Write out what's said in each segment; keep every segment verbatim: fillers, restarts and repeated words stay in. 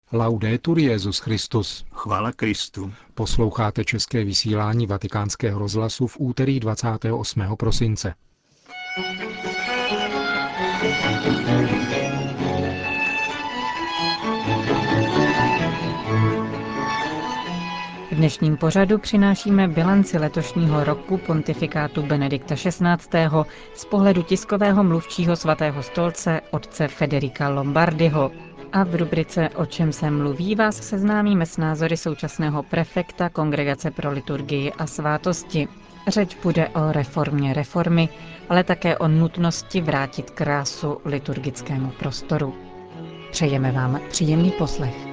Laudetur Jesus Christus. Chvála Kristu. Posloucháte české vysílání Vatikánského rozhlasu v úterý dvacátého osmého prosince. V dnešním pořadu přinášíme bilanci letošního roku pontifikátu Benedikta šestnáctého. z pohledu tiskového mluvčího Svatého stolce otce Federica Lombardiho. A v rubrice O čem se mluví vás seznámíme s názory současného prefekta Kongregace pro liturgii a svátosti. Řeč bude o reformě reformy, ale také o nutnosti vrátit krásu liturgickému prostoru. Přejeme vám příjemný poslech.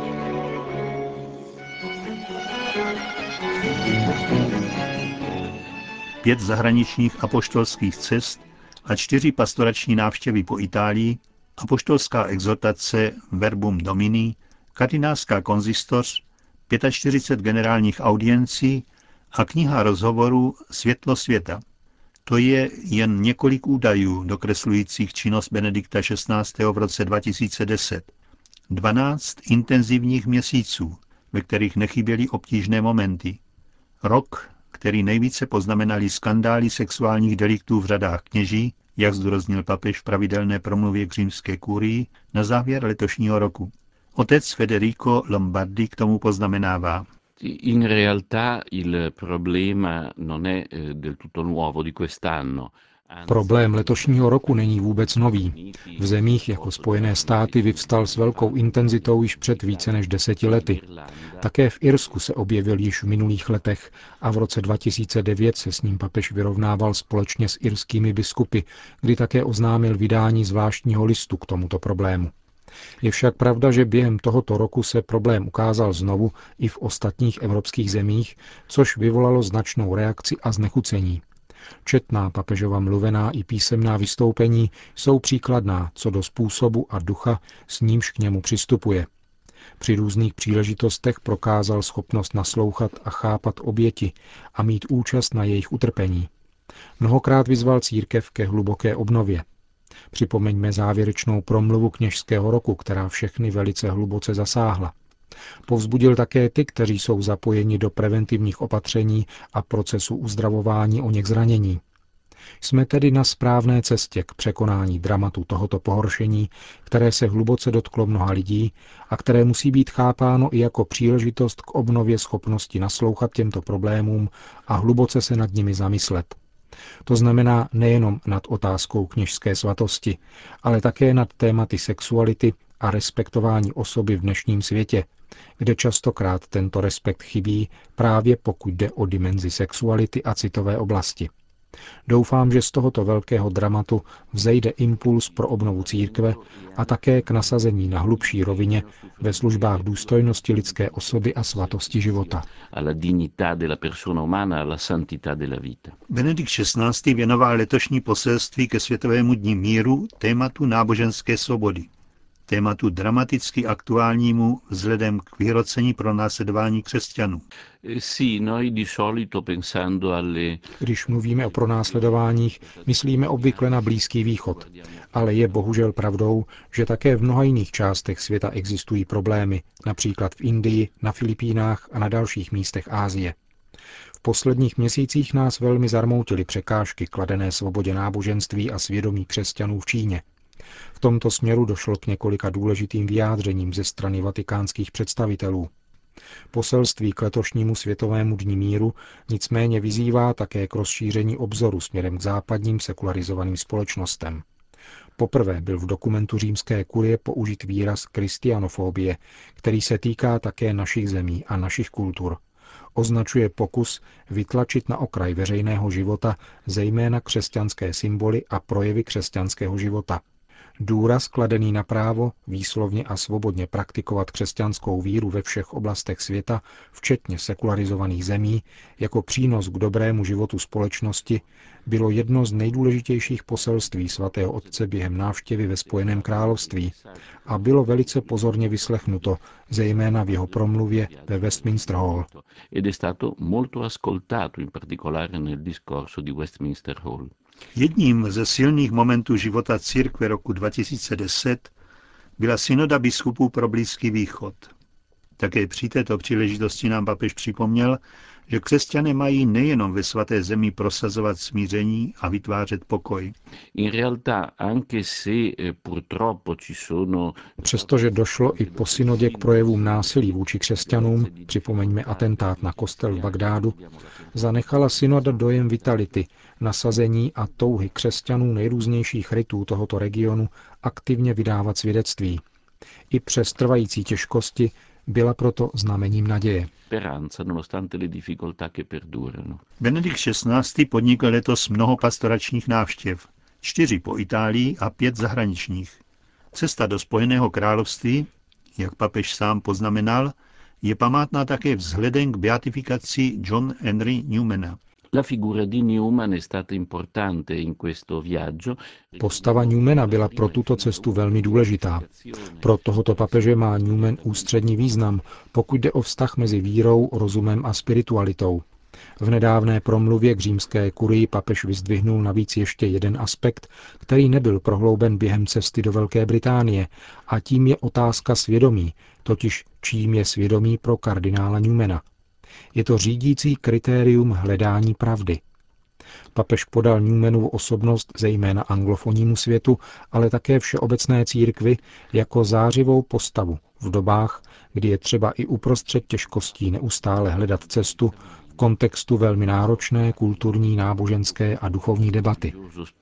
Pět zahraničních apoštolských cest a čtyři pastorační návštěvy po Itálii, apoštolská exhortace Verbum Domini, kardinálská konzistoř, čtyřicet pět generálních audiencí a kniha rozhovorů Světlo světa. To je jen několik údajů dokreslujících činnost Benedikta šestnáctého. v roce dva tisíce deset. Dvanáct intenzivních měsíců, ve kterých nechyběly obtížné momenty. Rok, který nejvíce poznamenali skandály sexuálních deliktů v řadách kněží, jak zdůraznil papež v pravidelné promluvě k římské kurii na závěr letošního roku. Otec Federico Lombardi k tomu poznamenává. In realtà il problema non è del tutto nuovo di quest'anno. Problém letošního roku není vůbec nový. V zemích jako Spojené státy vyvstal s velkou intenzitou již před více než deseti lety. Také v Irsku se objevil již v minulých letech a v roce dva tisíce devět se s ním papež vyrovnával společně s irskými biskupy, kdy také oznámil vydání zvláštního listu k tomuto problému. Je však pravda, že během tohoto roku se problém ukázal znovu i v ostatních evropských zemích, což vyvolalo značnou reakci a znechucení. Četná papežova mluvená i písemná vystoupení jsou příkladná co do způsobu a ducha, s nímž k němu přistupuje. Při různých příležitostech prokázal schopnost naslouchat a chápat oběti a mít účast na jejich utrpení. Mnohokrát vyzval církev ke hluboké obnově. Připomeňme závěrečnou promluvu kněžského roku, která všechny velice hluboce zasáhla. Povzbudil také ty, kteří jsou zapojeni do preventivních opatření a procesu uzdravování oněch zranění. Jsme tedy na správné cestě k překonání dramatu tohoto pohoršení, které se hluboce dotklo mnoha lidí a které musí být chápáno i jako příležitost k obnově schopnosti naslouchat těmto problémům a hluboce se nad nimi zamyslet. To znamená nejenom nad otázkou kněžské svatosti, ale také nad tématy sexuality a respektování osoby v dnešním světě, kde častokrát tento respekt chybí právě pokud jde o dimenzi sexuality a citové oblasti. Doufám, že z tohoto velkého dramatu vzejde impuls pro obnovu církve a také k nasazení na hlubší rovině ve službách důstojnosti lidské osoby a svatosti života. Benedikt šestnáctý. věnoval letošní poselství ke Světovému dni míru tématu náboženské svobody. Tématu dramaticky aktuálnímu vzhledem k vyhrocení pronásledování křesťanů. Když mluvíme o pronásledováních, myslíme obvykle na Blízký východ, ale je bohužel pravdou, že také v mnoha jiných částech světa existují problémy, například v Indii, na Filipínách a na dalších místech Asie. V posledních měsících nás velmi zarmoutily překážky kladené svobodě náboženství a svědomí křesťanů v Číně. V tomto směru došlo k několika důležitým vyjádřením ze strany vatikánských představitelů. Poselství k letošnímu Světovému dni míru nicméně vyzývá také k rozšíření obzoru směrem k západním sekularizovaným společnostem. Poprvé byl v dokumentu římské kurie použit výraz kristianofobie, který se týká také našich zemí a našich kultur. Označuje pokus vytlačit na okraj veřejného života zejména křesťanské symboly a projevy křesťanského života. Důraz kladený na právo výslovně a svobodně praktikovat křesťanskou víru ve všech oblastech světa, včetně sekularizovaných zemí, jako přínos k dobrému životu společnosti, bylo jedno z nejdůležitějších poselství svatého otce během návštěvy ve Spojeném království a bylo velice pozorně vyslechnuto, zejména v jeho promluvě ve Westminster Hall. Jedním ze silných momentů života církve roku dva tisíce deset byla synoda biskupů pro Blízký východ. Také při této příležitosti nám papež připomněl, že křesťané mají nejenom ve svaté zemi prosazovat smíření a vytvářet pokoj. Přestože došlo i po synodě k projevům násilí vůči křesťanům, připomeňme atentát na kostel v Bagdádu, zanechala synoda dojem vitality, nasazení a touhy křesťanů nejrůznějších rytů tohoto regionu aktivně vydávat svědectví. I přes trvající těžkosti byla proto znamením naděje. Benedikt šestnáctý. podnikl letos mnoho pastoračních návštěv, čtyři po Itálii a pět zahraničních. Cesta do Spojeného království, jak papež sám poznamenal, je památná také vzhledem k beatifikaci John Henry Newmana. Postava Newmana byla pro tuto cestu velmi důležitá. Pro tohoto papeže má Newman ústřední význam, pokud jde o vztah mezi vírou, rozumem a spiritualitou. V nedávné promluvě k římské kurii papež vyzdvihnul navíc ještě jeden aspekt, který nebyl prohlouben během cesty do Velké Británie, a tím je otázka svědomí, totiž čím je svědomí pro kardinála Newmana. Je to řídící kritérium hledání pravdy. Papež podal Newmanovu osobnost zejména anglofonnímu světu, ale také všeobecné církvi jako zářivou postavu v dobách, kdy je třeba i uprostřed těžkostí neustále hledat cestu v kontextu velmi náročné kulturní, náboženské a duchovní debaty.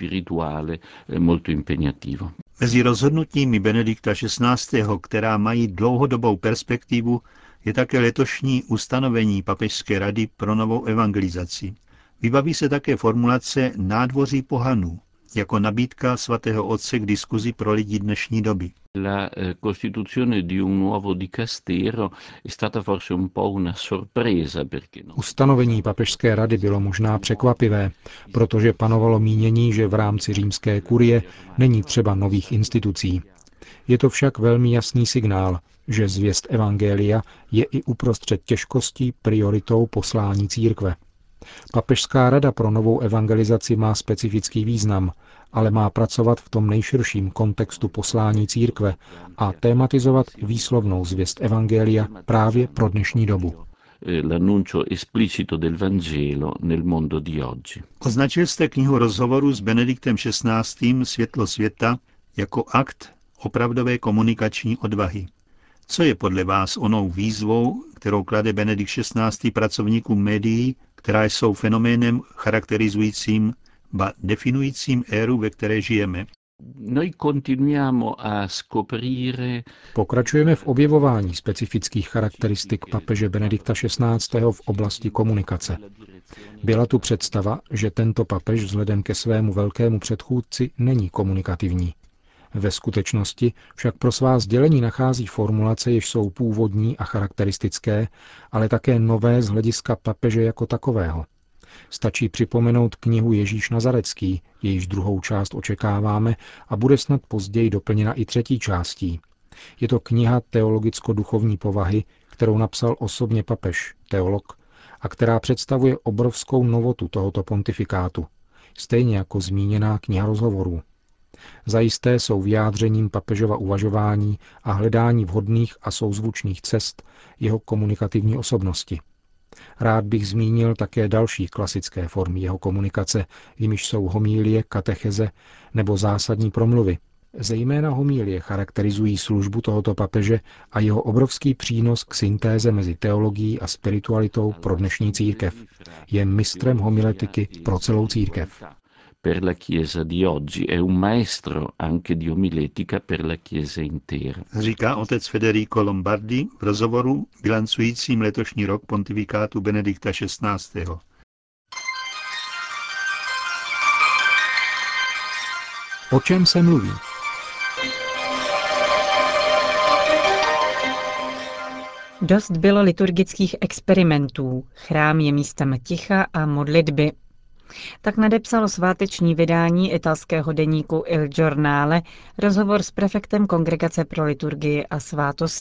Mezi rozhodnutími Benedikta šestnáctého., která mají dlouhodobou perspektivu, je také letošní ustanovení Papežské rady pro novou evangelizaci. Vybaví se také formulace nádvoří pohanů, jako nabídka svatého otce k diskuzi pro lidi dnešní doby. La costituzione di un nuovo dicastero è stata forse un po' una sorpresa perché no. Ustanovení papežské rady bylo možná překvapivé, protože panovalo mínění, že v rámci římské kurie není třeba nových institucí. Je to však velmi jasný signál, že zvěst evangelia je i uprostřed těžkostí prioritou poslání církve. Papežská rada pro novou evangelizaci má specifický význam, ale má pracovat v tom nejširším kontextu poslání církve a tématizovat výslovnou zvěst evangelia právě pro dnešní dobu. Označil jste knihu rozhovoru s Benediktem šestnáctým. Světlo světa jako akt opravdové komunikační odvahy. Co je podle vás onou výzvou, kterou klade Benedikt šestnáctý. pracovníkům médií, která jsou fenoménem charakterizujícím, ba definujícím éru, ve které žijeme? Pokračujeme v objevování specifických charakteristik papeže Benedikta šestnáctého. v oblasti komunikace. Byla tu představa, že tento papež vzhledem ke svému velkému předchůdci není komunikativní. Ve skutečnosti však pro svá sdělení nachází formulace, jež jsou původní a charakteristické, ale také nové z hlediska papeže jako takového. Stačí připomenout knihu Ježíš Nazarecký, jejíž druhou část očekáváme a bude snad později doplněna i třetí částí. Je to kniha teologicko-duchovní povahy, kterou napsal osobně papež, teolog, a která představuje obrovskou novotu tohoto pontifikátu, stejně jako zmíněná kniha rozhovorů. Zajisté jsou vyjádřením papežova uvažování a hledání vhodných a souzvučných cest jeho komunikativní osobnosti. Rád bych zmínil také další klasické formy jeho komunikace, jimiž jsou homílie, katecheze nebo zásadní promluvy. Zejména homílie charakterizují službu tohoto papeže a jeho obrovský přínos k syntéze mezi teologií a spiritualitou pro dnešní církev. Je mistrem homiletiky pro celou církev. Per la Chiesa di oggi è un maestro anche di omiletica per la Chiesa intera. Říká otec Federico Lombardi v rozhovoru bilancujícím letošní rok pontifikátu Benedikta šestnáctého. O čem se mluví? Dost bylo liturgických experimentů. Chrám je místem ticha a modlitby. Tak nadepsalo sváteční vydání italského deníku Il Giornale rozhovor s prefektem Kongregace pro liturgii a svátosti.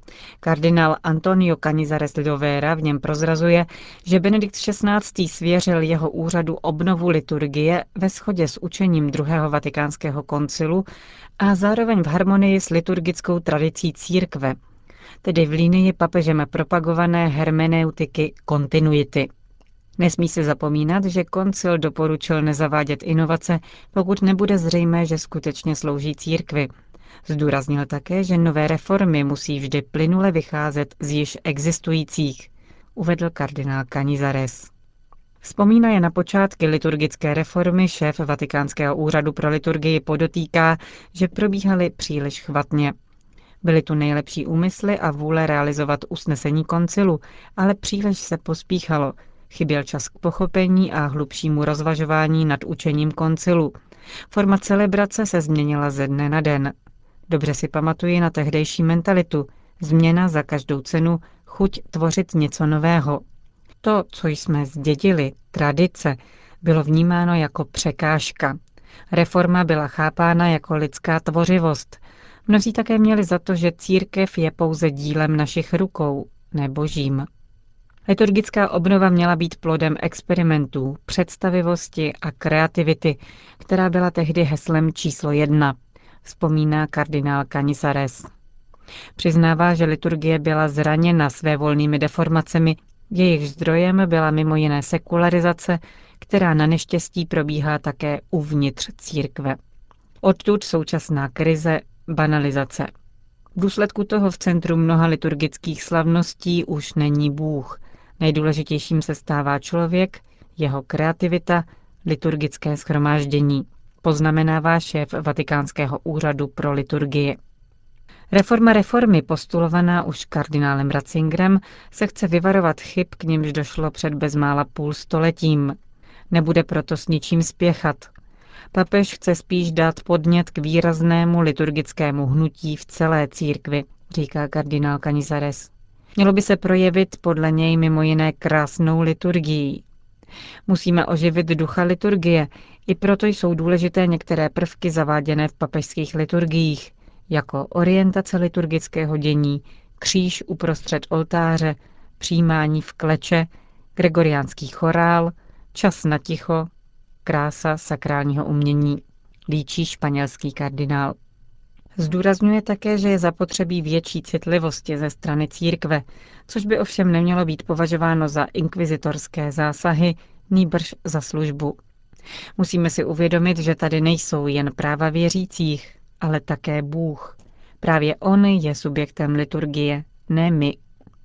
Kardinál Antonio Canizares de Vera v něm prozrazuje, že Benedikt šestnáctý. Svěřil jeho úřadu obnovu liturgie ve shodě s učením druhého vatikánského koncilu a zároveň v harmonii s liturgickou tradicí církve, tedy v linii papežem propagované hermeneutiky kontinuity. Nesmí se zapomínat, že koncil doporučil nezavádět inovace, pokud nebude zřejmé, že skutečně slouží církvi. Zdůraznil také, že nové reformy musí vždy plynule vycházet z již existujících, uvedl kardinál Canizares. Vzpomíná je na počátky liturgické reformy, šéf Vatikánského úřadu pro liturgii podotýká, že probíhaly příliš chvatně. Byly tu nejlepší úmysly a vůle realizovat usnesení koncilu, ale příliš se pospíchalo. Chyběl čas k pochopení a hlubšímu rozvažování nad učením koncilu. Forma celebrace se změnila ze dne na den. Dobře si pamatuji na tehdejší mentalitu. Změna za každou cenu, chuť tvořit něco nového. To, co jsme zdědili, tradice, bylo vnímáno jako překážka. Reforma byla chápána jako lidská tvořivost. Mnozí také měli za to, že církev je pouze dílem našich rukou, ne božím. Liturgická obnova měla být plodem experimentů, představivosti a kreativity, která byla tehdy heslem číslo jedna, vzpomíná kardinál Canizares. Přiznává, že liturgie byla zraněna svévolnými deformacemi, jejich zdrojem byla mimo jiné sekularizace, která na neštěstí probíhá také uvnitř církve. Odtud současná krize, banalizace. V důsledku toho v centru mnoha liturgických slavností už není Bůh. Nejdůležitějším se stává člověk, jeho kreativita, liturgické shromáždění, poznamenává šéf Vatikánského úřadu pro liturgii. Reforma reformy, postulovaná už kardinálem Ratzingerem, se chce vyvarovat chyb, k nimž došlo před bezmála půl stoletím. Nebude proto s ničím spěchat. Papež chce spíš dát podnět k výraznému liturgickému hnutí v celé církvi, říká kardinál Canizares. Mělo by se projevit podle něj mimo jiné krásnou liturgií. Musíme oživit ducha liturgie, i proto jsou důležité některé prvky zaváděné v papežských liturgiích, jako orientace liturgického dění, kříž uprostřed oltáře, přijímání v kleče, gregoriánský chorál, čas na ticho, krása sakrálního umění, líčí španělský kardinál. Zdůrazňuje také, že je zapotřebí větší citlivosti ze strany církve, což by ovšem nemělo být považováno za inkvizitorské zásahy, nýbrž za službu. Musíme si uvědomit, že tady nejsou jen práva věřících, ale také Bůh. Právě on je subjektem liturgie, ne my.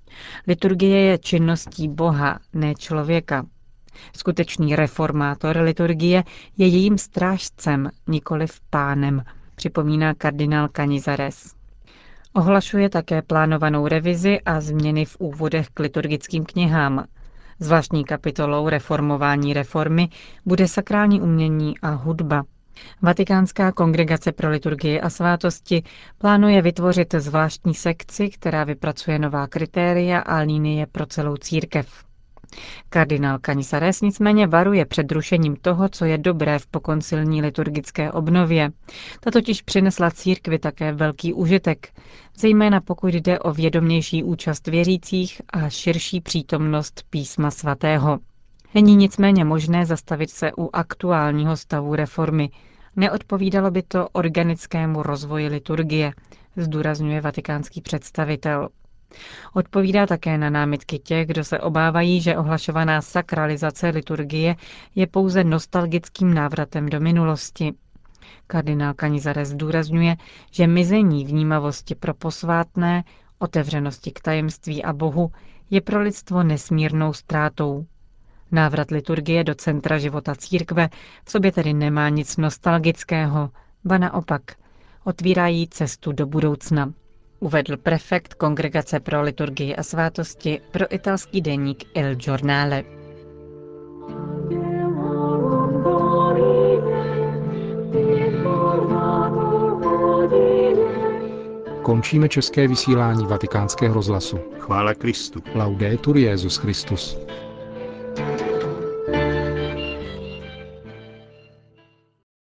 Liturgie je činností Boha, ne člověka. Skutečný reformátor liturgie je jejím strážcem, nikoliv pánem, připomíná kardinál Canizares. Ohlašuje také plánovanou revizi a změny v úvodech k liturgickým knihám. Zvláštní kapitolou reformování reformy bude sakrální umění a hudba. Vatikánská kongregace pro liturgii a svátosti plánuje vytvořit zvláštní sekci, která vypracuje nová kritéria a linie pro celou církev. Kardinál Canizares nicméně varuje před rušením toho, co je dobré v pokoncilní liturgické obnově. Ta totiž přinesla církvi také velký užitek, zejména pokud jde o vědomější účast věřících a širší přítomnost písma svatého. Není nicméně možné zastavit se u aktuálního stavu reformy. Neodpovídalo by to organickému rozvoji liturgie, zdůrazňuje vatikánský představitel. Odpovídá také na námitky těch, kdo se obávají, že ohlašovaná sakralizace liturgie je pouze nostalgickým návratem do minulosti. Kardinál Canizares zdůrazňuje, že mizení vnímavosti pro posvátné, otevřenosti k tajemství a Bohu je pro lidstvo nesmírnou ztrátou. Návrat liturgie do centra života církve v sobě tedy nemá nic nostalgického, ba naopak, otvírá jí cestu do budoucna, uvedl prefekt Kongregace pro liturgii a svátosti pro italský deník Il Giornale. Končíme české vysílání Vatikánského rozhlasu. Chvála Kristu. Laudetur Jesus Christus.